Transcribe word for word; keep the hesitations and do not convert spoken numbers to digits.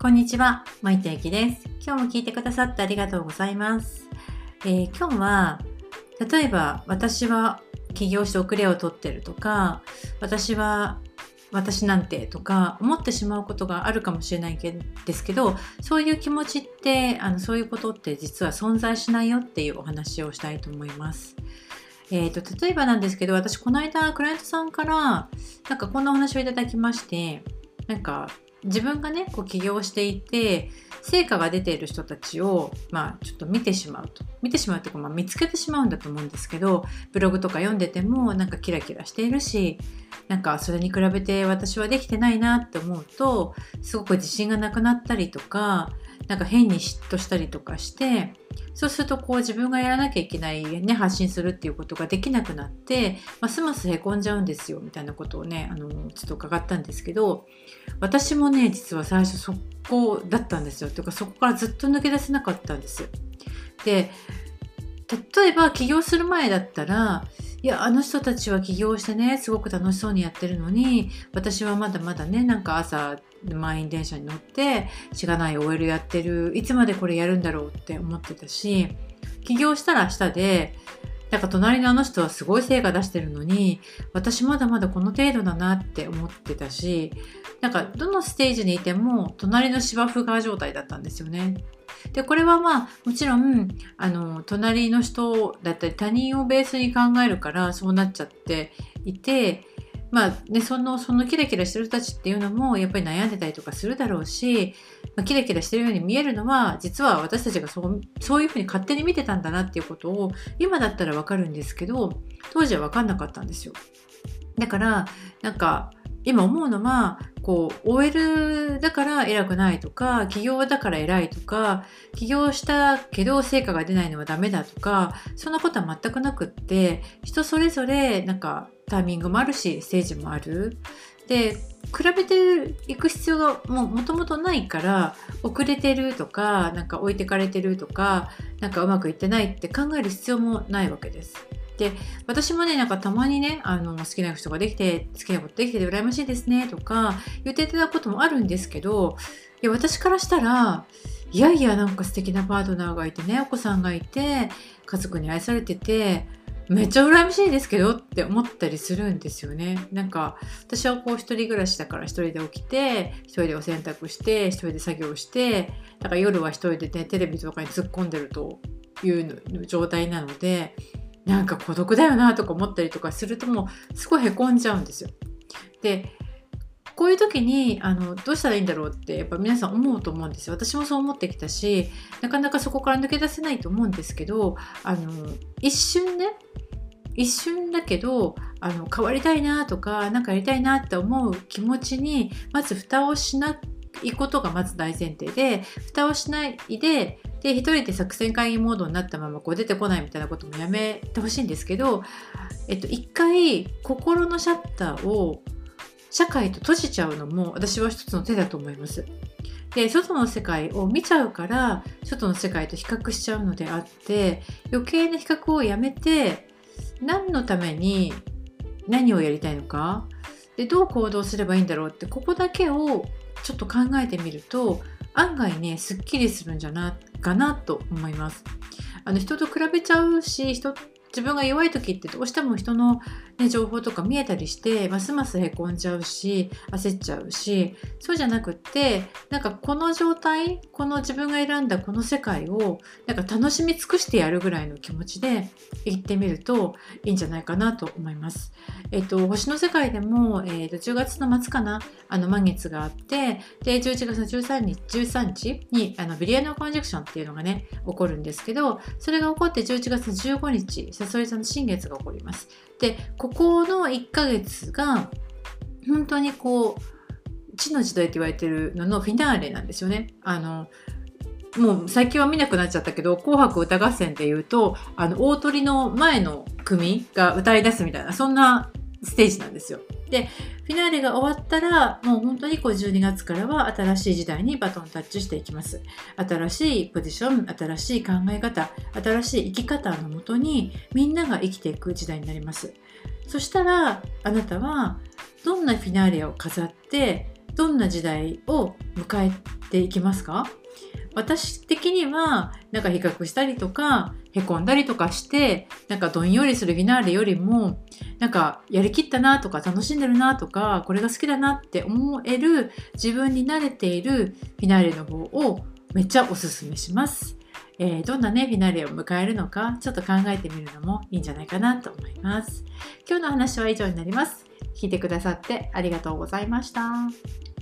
こんにちは、森田ゆきです。今日も聞いてくださってありがとうございます。えー、今日は例えば私は起業して遅れを取ってるとか、私は私なんてとか思ってしまうことがあるかもしれないけですけど、そういう気持ちってあのそういうことって実は存在しないよっていうお話をしたいと思います。えーと、例えばなんですけど、私この間クライアントさんからなんかこんなお話をいただきまして、なんか自分がねこう起業していて成果が出ている人たちを、まあ、ちょっと見てしまうと見てしまうというか、まあ、見つけてしまうんだと思うんですけど、ブログとか読んでてもなんかキラキラしているし、なんかそれに比べて私はできてないなって思うとすごく自信がなくなったりとか、なんか変に嫉妬したりとかして、そうするとこう自分がやらなきゃいけない、ね、発信するっていうことができなくなって、ますますへこんじゃうんですよみたいなことをね、あのちょっと伺ったんですけど、私もね実は最初そこだったんですよ。というかそこからずっと抜け出せなかったんです。で、例えば起業する前だったら、いやあの人たちは起業してねすごく楽しそうにやってるのに、私はまだまだねなんか朝満員電車に乗ってしがない オーエル やってる、いつまでこれやるんだろうって思ってたし、起業したら下でなんか隣のあの人はすごい成果出してるのに私まだまだこの程度だなって思ってたし、なんかどのステージにいても隣の芝生川状態だったんですよね。でこれはまあもちろんあの隣の人だったり他人をベースに考えるからそうなっちゃっていて、まあね、そのそのキラキラしてる人たちっていうのもやっぱり悩んでたりとかするだろうし、まあ、キラキラしてるように見えるのは実は私たちがそう、そういうふうに勝手に見てたんだなっていうことを今だったらわかるんですけど、当時はわかんなかったんですよ。だからなんか今思うのはこう オーエル だから偉くないとか、起業だから偉いとか、起業したけど成果が出ないのはダメだとか、そんなことは全くなくって、人それぞれなんかタイミングもあるしステージもある。で比べていく必要がももともとないから、遅れてるとかなんか置いてかれてるとかなんかうまくいってないって考える必要もないわけです。で私もねなんかたまにねあの好きな人ができて好きなことできてて羨ましいですねとか言っていただくこともあるんですけど、いや私からしたらいやいやなんか素敵なパートナーがいてね、お子さんがいて家族に愛されててめっちゃ羨ましいですけどって思ったりするんですよね。なんか私はこう一人暮らしだから一人で起きて一人でお洗濯して一人で作業して、だから夜は一人でねテレビとかに突っ込んでるという状態なので、なんか孤独だよなとか思ったりとかするともうすごいへこんじゃうんですよ。でこういう時にあのどうしたらいいんだろうってやっぱ皆さん思うと思うんですよ。私もそう思ってきたし、なかなかそこから抜け出せないと思うんですけど、あの一瞬ね一瞬だけどあの変わりたいなとか何かやりたいなって思う気持ちにまず蓋をしないことがまず大前提で、蓋をしないでで一人で作戦会議モードになったままこう出てこないみたいなこともやめてほしいんですけど、えっと、一回心のシャッターを社会と閉じちゃうのも私は一つの手だと思います。で外の世界を見ちゃうから外の世界と比較しちゃうのであって、余計な比較をやめて何のために何をやりたいのかでどう行動すればいいんだろうって、ここだけをちょっと考えてみると案外ねすっきりするんじゃないかなと思います。あの人と比べちゃうし、人自分が弱い時ってどうしても人の、ね、情報とか見えたりしてますますへこんじゃうし焦っちゃうし、そうじゃなくってなんかこの状態、この自分が選んだこの世界をなんか楽しみ尽くしてやるぐらいの気持ちで行ってみるといいんじゃないかなと思います。えっと、星の世界でも、えっと、じゅうがつの末かな、あの満月があって、でじゅういちがつのじゅうさんにちじゅうさんにちにあのビリヤノコンジェクションっていうのがね起こるんですけど、それが起こってじゅういちがつのじゅうごにちさそり座の新月が起こります。でここのいっかげつが本当にこう地の時代って言われてるののフィナーレなんですよね。あのもう最近は見なくなっちゃったけど、紅白歌合戦でいうとあの大鳥の前の組が歌い出すみたいな、そんなステージなんですよ。でフィナーレが終わったらもう本当にこうじゅうにがつからは新しい時代にバトンタッチしていきます。新しいポジション、新しい考え方、新しい生き方のもとにみんなが生きていく時代になります。そしたらあなたはどんなフィナーレを飾ってどんな時代を迎えっていきますか？私的にはなんか比較したりとかへこんだりとかしてなんかどんよりするフィナーレよりもなんかやりきったなとか楽しんでるなとかこれが好きだなって思える自分に慣れているフィナーレの方をめっちゃおすすめします。えー、どんなねフィナーレを迎えるのかちょっと考えてみるのもいいんじゃないかなと思います。今日の話は以上になります。聞いてくださってありがとうございました。